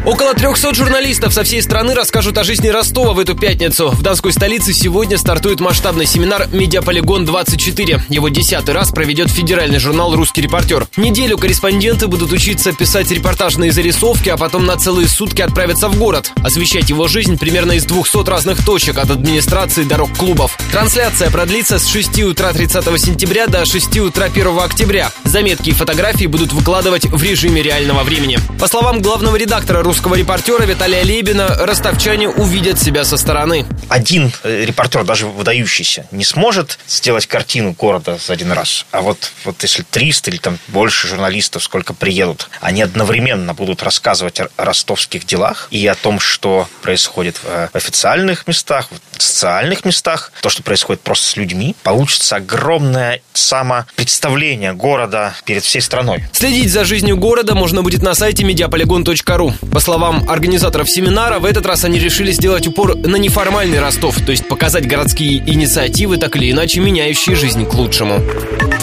Около 300 журналистов со всей страны расскажут о жизни Ростова в эту пятницу. В донской столице сегодня стартует масштабный семинар «Медиаполигон-24». Его 10-й раз проведет федеральный журнал «Русский репортер». Неделю корреспонденты будут учиться писать репортажные зарисовки, а потом на целые сутки отправятся в город. Освещать его жизнь примерно из 200 разных точек, от администрации до рок-клубов. Трансляция продлится с 6 утра 30 сентября до 6 утра 1 октября. Заметки и фотографии будут выкладывать в режиме реального времени. По словам главного редактора «Русского репортера» Виталия Лебина, ростовчане увидят себя со стороны. Один репортер, даже выдающийся, не сможет сделать картину города за один раз. А вот если 300 или там больше журналистов, сколько приедут, они одновременно будут рассказывать о ростовских делах и о том, что происходит в официальных местах, в социальных местах, то, что происходит просто с людьми, получится огромное самопредставление города перед всей страной. Следить за жизнью города можно будет на сайте mediapolygon.ru. По словам организаторов семинара, в этот раз они решили сделать упор на неформальный Ростов, то есть показать городские инициативы, так или иначе меняющие жизнь к лучшему.